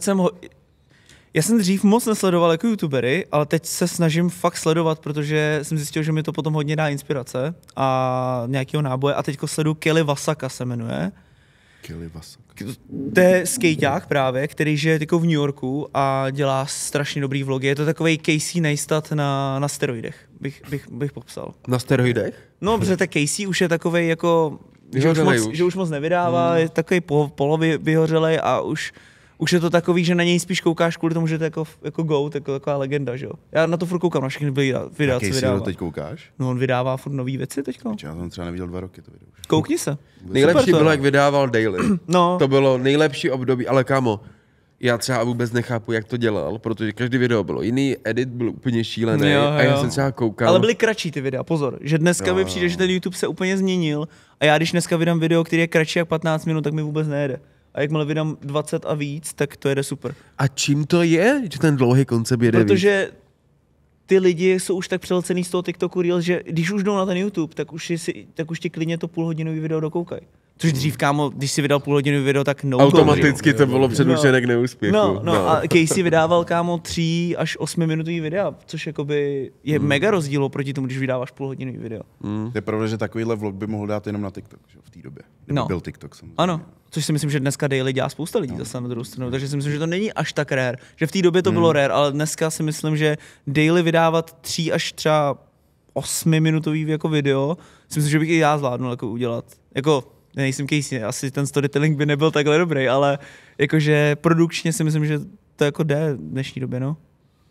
Speaker 3: já jsem dřív moc nesledoval jako youtubery, ale teď se snažím fakt sledovat, protože jsem zjistil, že mi to potom hodně dá inspirace a nějakého náboje a teďko sleduju Kelly Wasaka se jmenuje.
Speaker 2: Kelly Wasaka.
Speaker 3: To je skejťák právě, který žije v New Yorku a dělá strašně dobrý vlogy. Je to takovej Casey Neistat na steroidech, bych popsal.
Speaker 1: Na steroidech?
Speaker 3: No, protože ten Casey už je takovej jako, že už moc nevydává, je takový polovyhořelej a už je to takový, že na něj spíš koukáš kvůli tomu, že to je jako GOAT, jako taková legenda, že jo. Já na to furt koukám, na všechny videa, co vydává.
Speaker 2: teď koukáš?
Speaker 3: No, on vydává furt nový věci teďko.
Speaker 2: Já jsem třeba neviděl 2 roky to video.
Speaker 3: Koukni se.
Speaker 1: Nejlepší bylo, jak vydával Daily.
Speaker 3: No.
Speaker 1: To bylo nejlepší období, ale kámo, já třeba vůbec nechápu, jak to dělal, protože každý video bylo jiný, edit byl úplně šílený a já jsem třeba koukal.
Speaker 3: Ale byly kratší ty videa, pozor, že dneska mi přijde, že ten YouTube se úplně změnil a já když dneska vydám video, který je kratší jak 15 minut, tak mi vůbec nejede. A jakmile vydám 20 a víc, tak to jede super.
Speaker 1: A čím to je, že ten dlouhý koncept jede
Speaker 3: Protože
Speaker 1: víc?
Speaker 3: ty lidi jsou už tak přelecený z toho TikToku Reels, že když už jdou na ten YouTube, tak už ti klidně to půlhodinový video dokoukají. Což dřív, kámo, když si vydal půlhodinový video, tak
Speaker 1: automaticky to bylo předurčené k neúspěchu.
Speaker 3: No a Casey vydával, kámo, 3 až 8 minutový videa, což jakoby je mega rozdíl oproti tomu, když vydáváš půlhodinový video.
Speaker 2: Je pravda, že takovýhle vlog by mohl dát jenom na TikTok, že? V té době. Byl TikTok samozřejmě.
Speaker 3: Ano, což si myslím, že dneska Daily dělá spousta lidí zase na druhou stranu, takže si myslím, že to není až tak rare. Že v té době to bylo rare, ale dneska si myslím, že Daily vydávat 3 až třeba 8minutový jako video, si myslím, že bych i já zvládnul jako udělat. Jako nejsem Casey, asi ten storytelling by nebyl takhle dobrý, ale jakože produkčně si myslím, že to jako jde v dnešní době, no.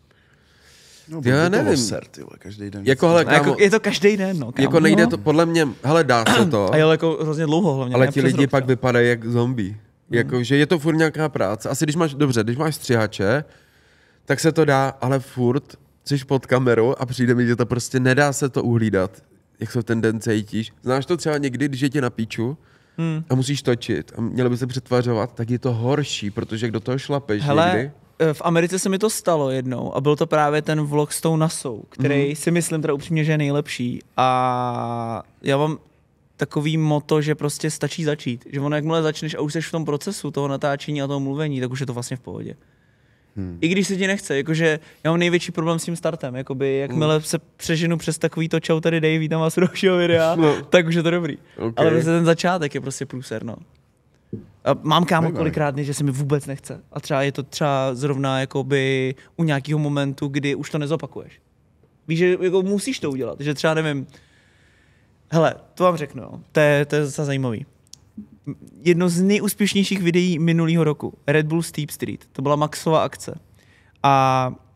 Speaker 2: No, já nevím. Každý den.
Speaker 3: Je to každý den, no. Kámo.
Speaker 1: Jako nejde to, podle mě, hele, dá se to.
Speaker 3: A je jako hrozně dlouho hlavně.
Speaker 1: Ale ti lidi pak vypadají jak zombie. Jakože je to furt nějaká práce. Asi když máš střihače, tak se to dá, ale furt jsi pod kamerou a přijde mi, že to prostě nedá se to uhlídat. Jak se ten den cítíš. Znáš to třeba někdy, když je ti na píču a musíš točit a mělo by se přetvařovat, tak je to horší, protože do toho šlapeš někdy.
Speaker 3: V Americe se mi to stalo jednou a byl to právě ten vlog s tou NASou, který si myslím teda upřímně, že je nejlepší a já mám takový moto, že prostě stačí začít, že ono jakmile začneš a už jsi v tom procesu toho natáčení a toho mluvení, tak už je to vlastně v pohodě. I když se ti nechce, jakože já mám největší problém s tím startem, jakoby jakmile se přeženu přes takový to čau tady Dave, vítám vás u dalšího videa, tak už je to dobrý. Okay. Ale prostě ten začátek je prostě průser, no. A mám kámo kolikrát, že se mi vůbec nechce. A třeba je to třeba zrovna jakoby u nějakého momentu, kdy už to nezopakuješ. Víš, že jako musíš to udělat, že třeba nevím. Hele, to vám řeknu, no. To je zase zajímavý. Jedno z nejúspěšnějších videí minulého roku, Red Bull Steep Street, to byla Maxova akce. A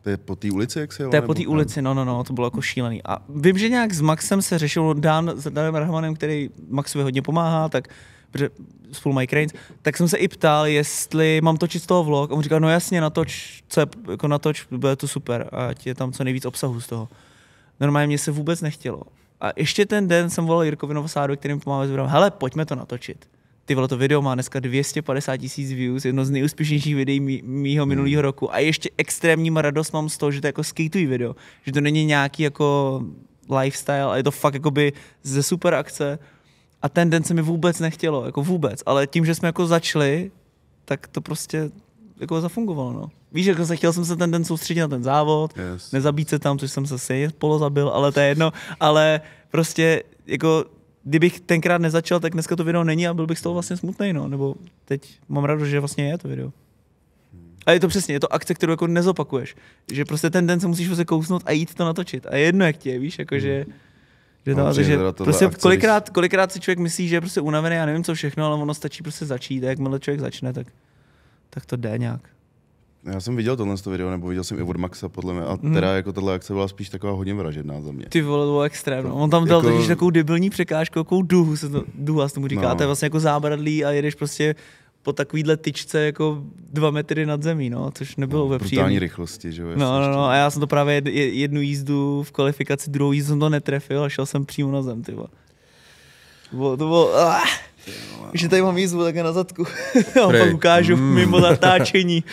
Speaker 2: To je po té ulici, jak se jelo?
Speaker 3: To je po té ulici, no, to bylo jako šílený. A vím, že nějak s Maxem se řešilo s Danem Rahmanem, který Maxovi hodně pomáhá, tak protože spolu mají Cranes, tak jsem se i ptal, jestli mám točit z toho vlog. A on říkal, no jasně, natoč, jako natoč, bude to super, ať je tam co nejvíc obsahu z toho. Normálně mě se vůbec nechtělo. A ještě ten den jsem volal Jirkovi Novosádu, kterým pomáhá zbrat, hele, pojďme to natočit. Ty vole, to video má dneska 250 000 views, jedno z nejúspěšnějších videí mýho minulého roku. A ještě extrémní radost mám z toho, že to je jako skateují video. Že to není nějaký jako lifestyle, ale je to fakt jakoby ze super akce. A ten den se mi vůbec nechtělo, jako vůbec. Ale tím, že jsme jako začali, tak to prostě jako zafungovalo, no. Víš, jako chtěl jsem se ten den soustředit na ten závod, nezabít se tam, což jsem se stejně polozabil, ale to je jedno. Ale prostě jako kdybych tenkrát nezačal, tak dneska to video není a byl bych z toho vlastně smutnej, no. Nebo teď mám radost, že vlastně je to video. A je to přesně, je to akce, kterou jako nezopakuješ. Že prostě ten den se musíš prostě kousnout a jít to natočit. A jedno jak tě, víš, jakože... že prostě kolikrát si člověk myslí, že je prostě unavený, já nevím co všechno, ale ono stačí prostě začít a jakmile člověk začne, tak to jde nějak.
Speaker 2: Já jsem viděl tohle video, nebo viděl jsem i od Maxa podle mě, a teda jako tahle akce byla spíš taková hodně vražedná za mě.
Speaker 3: Ty vole, to bylo extrém, no. On tam dal jako... takovou debilní překážku, takovou duhu se tomu říká, to je vlastně jako zábradlí a jedeš prostě po takovýhle tyčce jako 2 metry nad zemí, no, což nebylo ve příjemné.
Speaker 2: Brutální rychlosti, že jo.
Speaker 3: No, a já jsem to právě jednu jízdu v kvalifikaci, druhou jízdu jsem to netrefil a šel jsem přímo na zem, ty vole. To bylo že tady mám jízdu také na zadku. A pak ukážu mimo natáčení.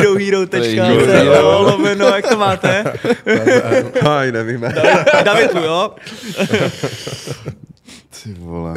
Speaker 3: Hero.co, jak to máte?
Speaker 2: Nevíme.
Speaker 3: Davidu, jo?
Speaker 2: Ty vole.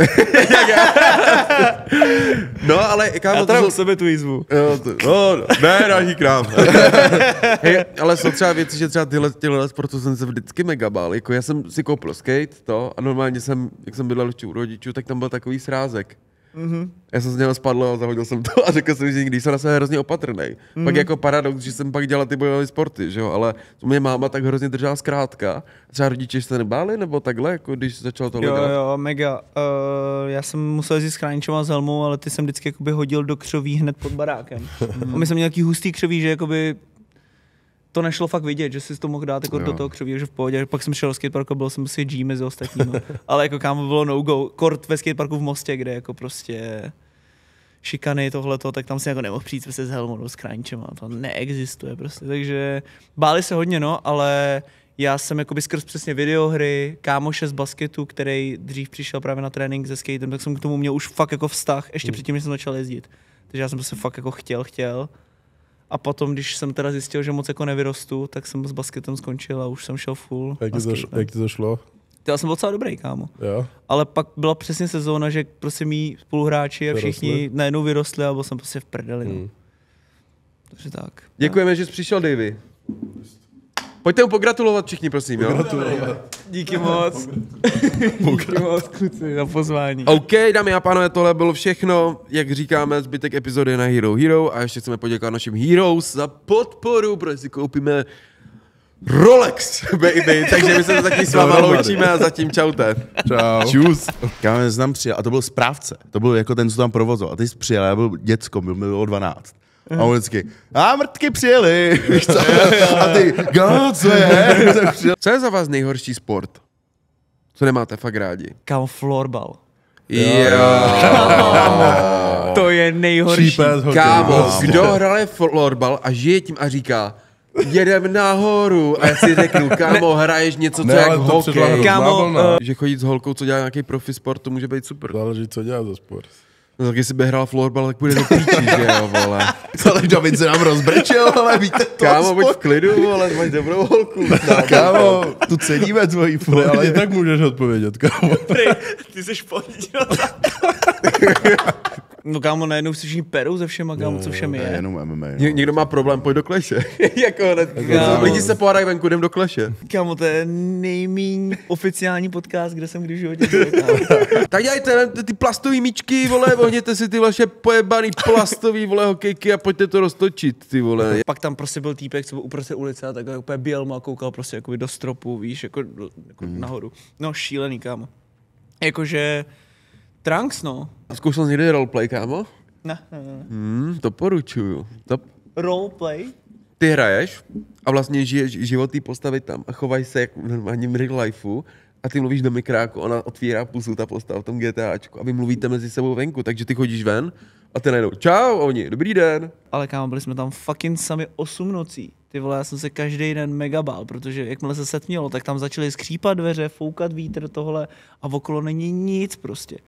Speaker 1: No, ale kámo,
Speaker 3: já teda u sebe tu jízvu.
Speaker 1: Ne, další krám. Hej, ale jsou třeba věci, že třeba tyhle sportu jsem se vždycky mega bál. Jako já jsem si koupil skate, a normálně jak jsem bydlel ještě u rodičů, tak tam byl takový srázek. Mm-hmm. Já jsem z něho spadl a zahodil jsem to a řekl jsem, že když jsem na sebe hrozně opatrnej. Pak jako paradox, že jsem pak dělal ty bojové sporty, že jo, ale to mě máma tak hrozně držela zkrátka. Třeba rodiče se nebáli, nebo takhle, jako když začalo tohle dělat?
Speaker 3: Jo, mega. Já jsem musel jezdit s chráničema s helmou, ale ty jsem vždycky jakoby hodil do křoví hned pod barákem. A my jsme měli nějaký hustý křoví, že jakoby to nešlo fakt vidět, že si to mohl dát jako do toho křoví, že v pohodě. Pak jsem šel do skateparku, byl jsem si G mezi ostatními. Ale jako kámo bylo no-go. Kort ve skateparku v Mostě, kde jako prostě šikany tohleto, tak tam si jako nemohl přijít prostě s helmou nebo s chráničema. To neexistuje prostě. Takže báli se hodně, no, ale já jsem jakoby skrz přesně videohry, kámoše z basketu, který dřív přišel právě na trénink se skatem, tak jsem k tomu měl už fakt jako vztah, ještě předtím, než jsem začal jezdit. Takže já jsem prostě fakt jako chtěl. A potom, když jsem teda zjistil, že moc jako nevyrostu, tak jsem s basketem skončil a už jsem šel full.
Speaker 4: Jak ti to šlo?
Speaker 3: Já jsem byl docela dobrý, kámo.
Speaker 4: Jo.
Speaker 3: Ale pak byla přesně sezóna, že prostě mý spoluhráči a všichni najednou vyrostli a byl jsem prostě v prdeli. No. Takže tak.
Speaker 1: Děkujeme, že jsi přišel, Davy. Pojďte mu pogratulovat všichni, prosím, jo?
Speaker 3: Díky moc. Díky moc, kluci, za pozvání.
Speaker 1: OK, dámy a pánové, tohle bylo všechno. Jak říkáme, zbytek epizody na Hero Hero a ještě chceme poděkovat našim Heroes za podporu, protože si koupíme Rolex, baby. Takže my se taky s váma loučíme a zatím čaute.
Speaker 4: Čau.
Speaker 1: Čus.
Speaker 2: Kámo, znám přijel, a to byl správce. To byl jako ten, co tam provozoval. A ty jsi přijel, já byl děcko, byl o 12. A on vždycky, mrtky přijeli, víš co? A ty, co je?
Speaker 1: Co je za vás nejhorší sport? Co nemáte fakt rádi?
Speaker 3: Kámo, florbal.
Speaker 1: Jo.
Speaker 3: To je nejhorší.
Speaker 1: Kámo, kdo hraje florbal a žije tím a říká, jedem nahoru a já si řeknu, kámo, hraješ něco, co jak hokej.
Speaker 3: Kámo,
Speaker 1: že chodit s holkou, co dělá nějaký profi sport, to může být super.
Speaker 4: Záleží, co dělá za sport.
Speaker 1: No tak jestli by hrál florbal, tak půjde do píči, že jo, vole.
Speaker 2: Ale David se nám rozbrečel, ale víte to.
Speaker 1: Kámo, buď v klidu, vole, máš dobrou holku.
Speaker 2: Kámo, tu ceníme tvojí
Speaker 4: furt. Ale i tak můžeš odpovědět, kámo.
Speaker 3: Ty jsi pohodil. No kámo, najednou všichni perou ze všema, kámo, co všem je.
Speaker 2: Jenom MMA.
Speaker 1: Někdo má problém, pojď do kleše. Jako lidi se pohádají venku, jdem do kleše.
Speaker 3: Kámo, to je nejméně oficiální podcast, kde jsem kdy v životě byl.
Speaker 1: Tak dělejte ty plastové míčky, vole, ohněte si ty vaše pojebaný plastový, vole, hokejky a pojďte to roztočit, ty vole.
Speaker 3: Pak tam prostě byl týpek, co byl uprostřed ulice a takhle úplně běl a koukal prostě jakoby do stropu, víš, jako nahoru. No šílený, kámo. Jakože Trunks, no.
Speaker 1: Zkoušel jsi někdy roleplay, kámo?
Speaker 3: Ne.
Speaker 1: Doporučuju.
Speaker 3: Roleplay?
Speaker 1: ty hraješ a vlastně žiješ život té postavy tam a chovají se jak v normálním real lifeu a ty mluvíš do mikráku, ona otvírá pusu, ta postava v tom GTAčku a vy mluvíte mezi sebou venku, takže ty chodíš ven a ty najednou čau, oni, dobrý den.
Speaker 3: Ale kámo, byli jsme tam fucking sami 8 nocí. Ty vole, já jsem se každý den mega bál, protože jakmile se setmělo, tak tam začaly skřípat dveře, foukat vítr, tohle a okolo není nic prostě.